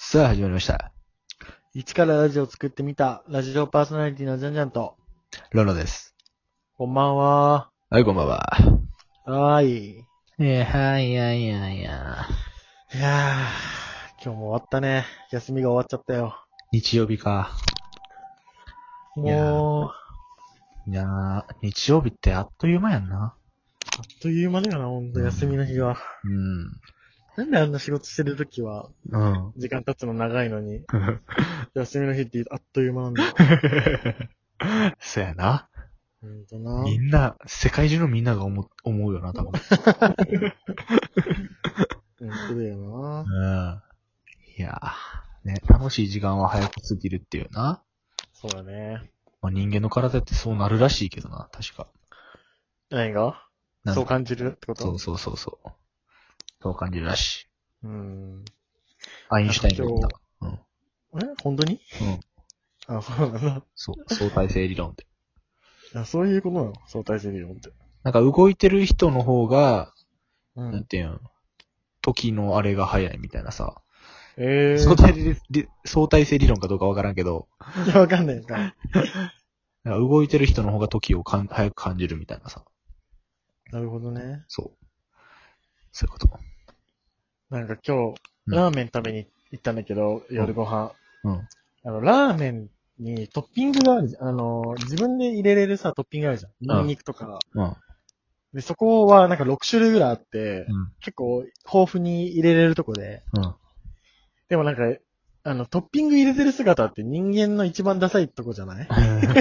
さあ、始まりました。 一からラジオを作ってみた、ラジオパーソナリティのジャンジャンと、 ロノです。 こんばんは。 はい、こんばんは。 はーい。 はい。 いやー、今日も終わったね。休みが終わっちゃったよ。 日曜日か。 もいやー、日曜日ってあっという間やんな。 あっという間だよな、ほんと、休みの日が。 うん。 なんであんな仕事してるときは、 うん。 時間経つの長いのに、休みの日ってあっという間なんだよ。 そうやな。 ほんとな。 みんな、世界中のみんなが思うよな、多分。 ほんとだよな。 うん。いやー、ね、楽しい時間は早く過ぎるっていうな。 そうだね。 まあ、人間の体ってそうなるらしいけどな、確か。 何がなんそう感じるってことそう。そう感じるらしい。アインシュタインが言った。 本当にうん。 あ、そうなんだ。 そう、相対性理論って。 そういうことなの相対性理論って。 なんか動いてる人の方が、 うん。 なんていうん、時のあれが早いみたいなさ。相対性理論かどうかわからんけど、 いや、わかんないか。 なんか動いてる人の方が時を早く感じるみたいなさ。 なるほどね。 そういうこと。 なんか今日、 うんラーメン食べに行ったんだけど、夜ご飯。 うん。 ラーメンにトッピングがあるじゃん。自分で入れれるさ、トッピングあるじゃん。ニンニクとか。 うん。 で、そこはなんか6種類ぐらいあって、 うん。 結構豊富に入れれるとこで。 うん。 でもなんか、トッピング入れてる姿って人間の一番ダサいとこじゃない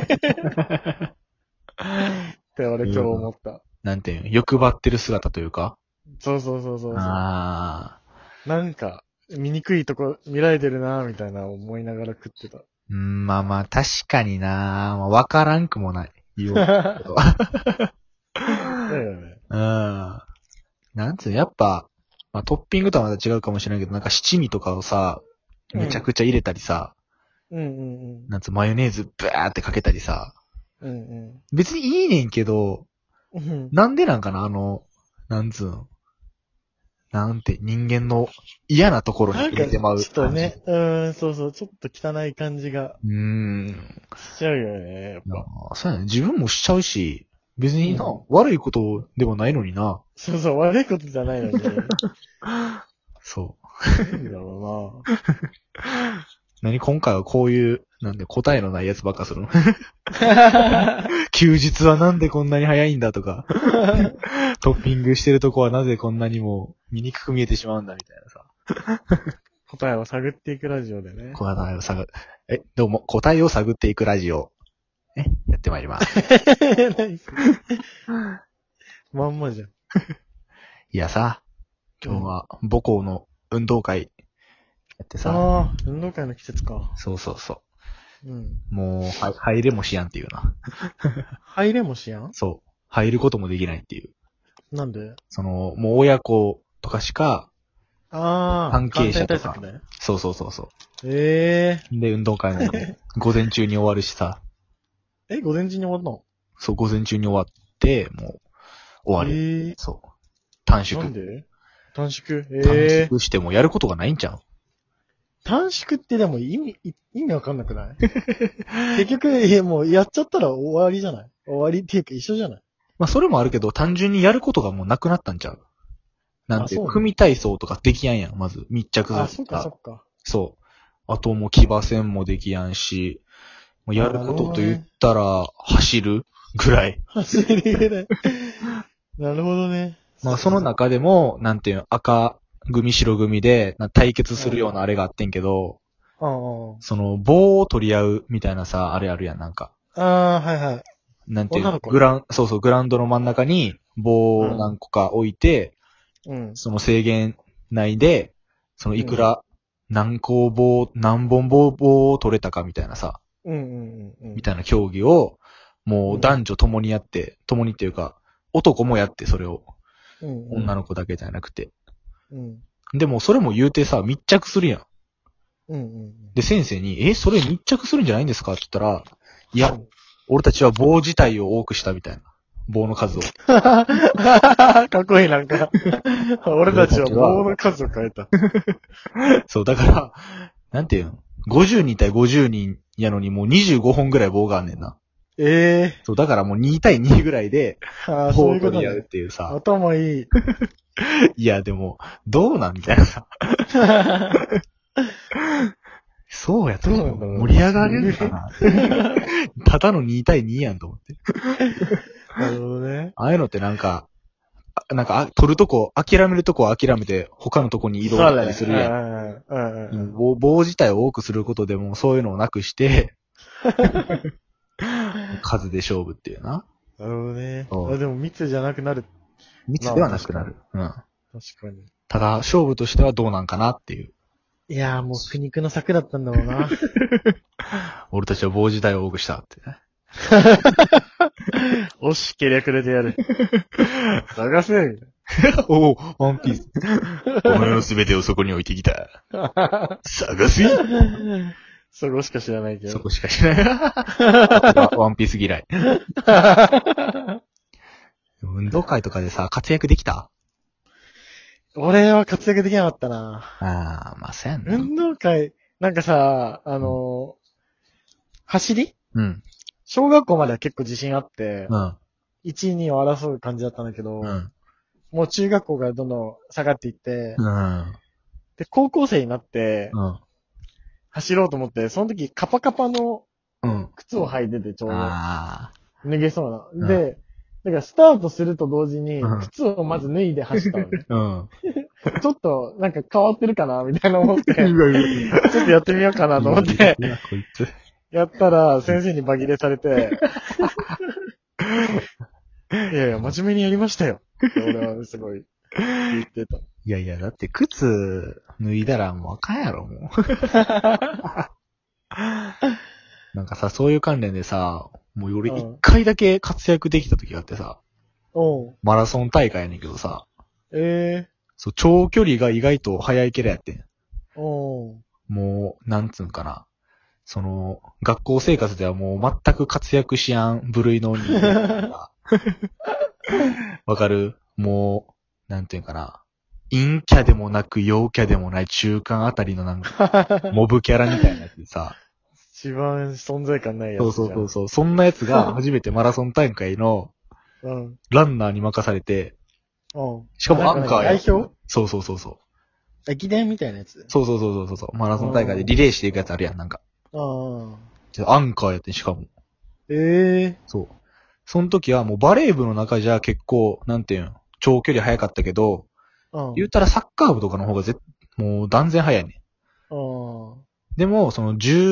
って俺今日思った。 なんていうん、欲張ってる姿というか。 そう。 あなんか、醜いとこ見られてるなみたいな思いながら食ってた。 まあ、確かになまあ、わからんくもない。言おうことは。 だよね。 なんつうの、やっぱ、まあ、トッピングとはまた違うかもしれないけど、なんか七味とかをさ、めちゃくちゃ入れたりさ、なんつう、マヨネーズブワーってかけたりさ、別にいいねんけど、なんでなんかな、なんつうの、なんて人間の嫌なところに入れてまう。 ちょっとね、そう、ちょっと汚い感じがしちゃうよね、やっぱ。 そうやね。自分もしちゃうし、別にな、悪いことでもないのにな。 そう、悪いことじゃないのに。 そう。 なんだろうな。 今回はこういう、なんで答えのないやつばっかするの休日はなんでこんなに早いんだとか、トッピングしてるとこはなぜこんなにも醜く見えてしまうんだみたいなさ。 答えを探っていくラジオでね。 どうも、答えを探っていくラジオ。やってまいります。 まんまじゃん。 いやさ、今日は母校の運動会やってさ。 ああ、運動会の季節か。 そう。もう、入れもしやんっていうな。 入れもしやんそう。入ることもできないっていう。 なんでもう親子とかしか、関係者とか。 感染対策ね。 そう。 で、 運動会も午前中に終わるしさ。 午前中に終わったの？ そう、午前中に終わって、もう、終わる。そう。短縮。 なんで短縮短縮してもやることがないんちゃう？ 短縮ってでも意味わかんなくない結局、もうやっちゃったら終わりじゃない終わりっていうか一緒じゃないまあそれもあるけど、単純にやることがもうなくなったんちゃう？なんて、組体操とかできやんやん、まず。密着させた。 そっか。 そう。あともう騎馬戦もできやんし、もうやることと言ったら、走るぐらい。 走るぐらい。なるほどね。 まあその中でも、なんていうの、赤組白組で対決するようなあれがあってんけど、棒を取り合うみたいなさ、あれあるやん、なんか。 はい。 なんていうの、グラウンドの真ん中に棒を何個か置いて、その制限内で、いくら、何本棒を取れたかみたいなさ、みたいな競技を、もう男女共にやって、共にっていうか、男もやって、それを。女の子だけじゃなくて。でも、それも言うてさ、密着するやん。で、先生に、それ密着するんじゃないんですかって言ったら、いや、俺たちは棒自体を多くしたみたいな。棒の数を。 かっこいいなんか。俺たちは棒の数を変えた。 そう、だから、 なんていうの ?50 人対50人やのにもう25本ぐらい棒があんねんな。そう、だからもう2対2ぐらいで、 そういうこと取り合うっていうさ。 頭いい。 いや、でも、どうなんみたいなさ。そうやと盛り上がれるかなただの2対2やんと思って。 なるほどね。 ああいうのってなんか、取るとこ、諦めるとこは諦めて、他のとこに移動したりするやん。棒自体を多くすることでもそういうのをなくして、数で勝負っていうな。 なるほどね。でも密じゃなくなる。 密ではなくなる。うん。 確かに。 ただ、勝負としてはどうなんかなっていう。 いやーもう苦肉の策だったんだろうな。 俺たちは棒自体を多くしたってね。 おし、計略れてやる。探せみたいな。 おお、ワンピース。お前のすべてをそこに置いてきた。探せそこしか知らないけど。 そこしか知らない。ワンピース嫌い。運動会とかでさ、活躍できた？ 俺は活躍できなかったな。 ああ、まあ、そうやんな。 運動会、なんかさ、走り？ うん。 小学校までは結構自信あって、 うん。 1位、2位を争う感じだったんだけど、 うん。 もう中学校がどんどん下がっていって、 うん。 で、高校生になって、 うん。 走ろうと思って、その時カパカパのうん。 靴を履いててちょうど、 ああ。 脱げそうな。 うんで、だからスタートすると同時にうん、 靴をまず脱いで走ったのね。 うん。 ちょっと、なんか変わってるかなみたいな思って、ちょうわうわっとやってみようかなと思って、 いや、こいつ。 やったら、先生にバ切れされて、いやいや、真面目にやりましたよ。俺はすごい、言ってた。 いやいや、だって靴脱いだらもうあかんやろ、もう。なんかさ、そういう関連でさ、もう俺一回だけ活躍できた時があってさ、マラソン大会やねんけどさ、そう、長距離が意外と速いキャラやってん。もう、なんつうんかな。その、学校生活ではもう全く活躍しやん部類の人間が。わかる？もう、なんていうんかな。陰キャでもなく陽キャでもない中間あたりのなんか、モブキャラみたいなやつでさ。 一番存在感ないやつ。 そう。そんなやつが初めてマラソン大会の、ランナーに任されて、しかもアンカーや。 代表？ そう。 駅伝みたいなやつ？ そう。マラソン大会でリレーしていくやつあるやん、なんか。アンカーやってしかも。そう。その時はもうバレー部の中じゃ結構、なんていうん、長距離速かったけど、言ったらサッカー部とかの方がもう断然速いね。でも、その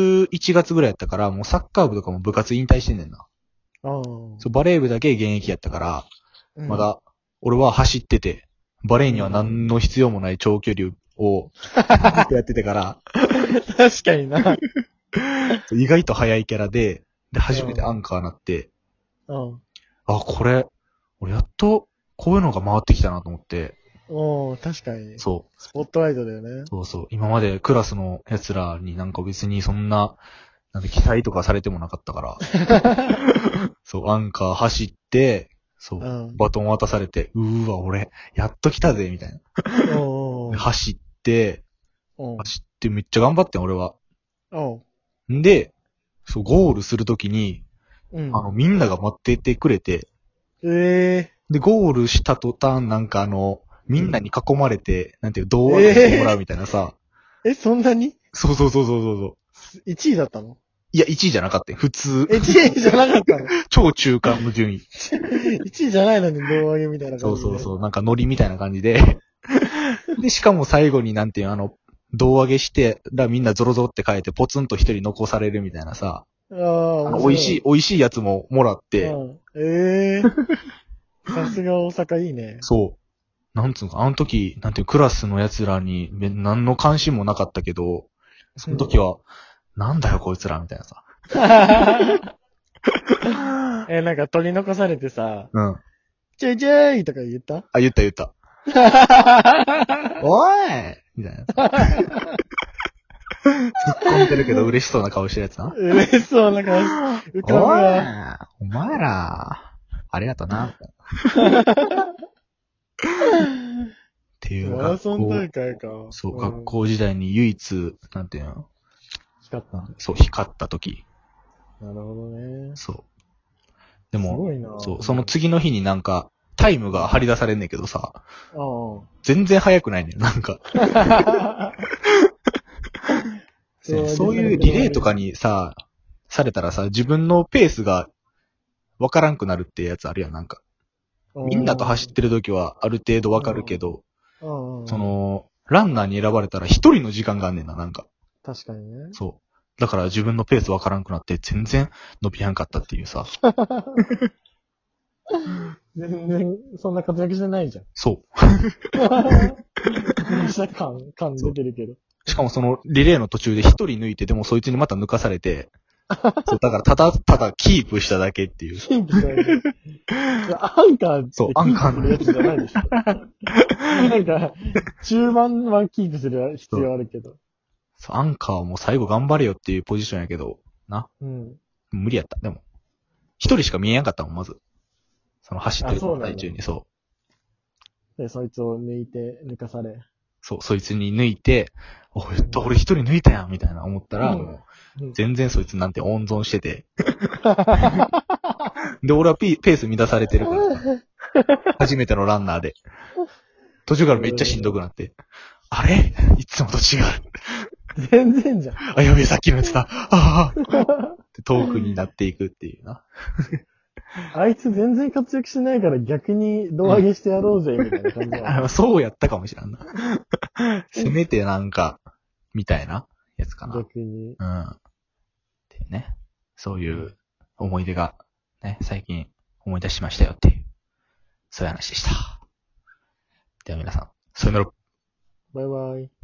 11月ぐらいやったから、もうサッカー部とかも部活引退してんねんな。そう、バレー部だけ現役やったから、まだ、俺は走ってて、バレーには何の必要もない長距離を、やっててから、 確かにな。 意外と速いキャラで、初めてアンカーなって、これ、俺やっと、こういうのが回ってきたなと思って。 確かに。 そう。 スポットライトだよね。 そう。今までクラスの奴らになんか別にそんな、期待とかされてもなかったから。そう、アンカー走って、そう、バトン渡されて、俺、やっと来たぜ、みたいな。走ってめっちゃ頑張ってん、俺は。んで、そう、ゴールするときに、みんなが待っててくれて、で、ゴールした途端、なんかみんなに囲まれて、なんていう、胴上げしてもらうみたいなさ。 そんなに？ そう。 1位だったの？ いや、1位じゃなかったよ。普通。 1位じゃなかったの？ 超中間の順位。 1位じゃないのに胴上げみたいな感じで。 そう。なんかノリみたいな感じで。で、しかも最後になんていう胴上げしてらみんなゾロゾロって変えてポツンと一人残されるみたいなさ。美味しいやつももらって。 さすが大阪いいね。 そう。なんつうのか、あの時、なんていうクラスの奴らに何の関心もなかったけど、その時は、なんだよこいつらみたいなさ。 なんか取り残されてさ、ちょいとか言った？ 言った。おいみたいな。突っ込んでるけど嬉しそうな顔してるやつな。 嬉しそうな顔お前ら、ありがとな。っていうマラソン大会か。 そう、学校時代に唯一、なんていうの光った。 そう、光った時。 なるほどね。 そう。でも、 すごいな。 そう、その次の日になんか、タイムが張り出されんねんけどさ、全然速くないねん、なんか。そういうリレーとかにさ、されたらさ、自分のペースがわからんくなるってやつあるやん、なんか。みんなと走ってる時はある程度わかるけど、その、ランナーに選ばれたら一人の時間があんねんな、なんか。 確かにね。 そう。だから自分のペースわからんくなって全然伸びやんかったっていうさ。 全然、そんな活躍してないじゃん。 そう。 した感出てるけど。 しかもそのリレーの途中で一人抜いて、でもそいつにまた抜かされて、そう、だからただキープしただけっていう。 キープしただけ。アンカーってそう、アンカーのやつじゃないでしょ。なんか、中盤はキープする必要あるけど。 そう、アンカーはもう最後頑張れよっていうポジションやけど、な。 うん。 無理やった。でも、一人しか見えなかったもん、まず。その走ってる最中に、そう。 で、そいつを抜かされ。 そう、そいつに抜いて、やっと俺一人抜いたやん、みたいな思ったら、全然そいつなんて温存してて。で、俺はペース乱されてるから。初めてのランナーで。途中からめっちゃしんどくなって。あれいつもと違う。全然じゃん。 あ、やべえ、さっきのやつだ。ああ。って遠くになっていくっていうな。 あいつ全然活躍しないから逆に胴上げしてやろうぜ、みたいな感じだ。 そうやったかもしれんな。せめてなんか、みたいなやつかな。 逆に。 うん。っていうね。そういう思い出が、ね、最近思い出しましたよっていう、そういう話でした。では皆さん、さよなら。 バイバイ。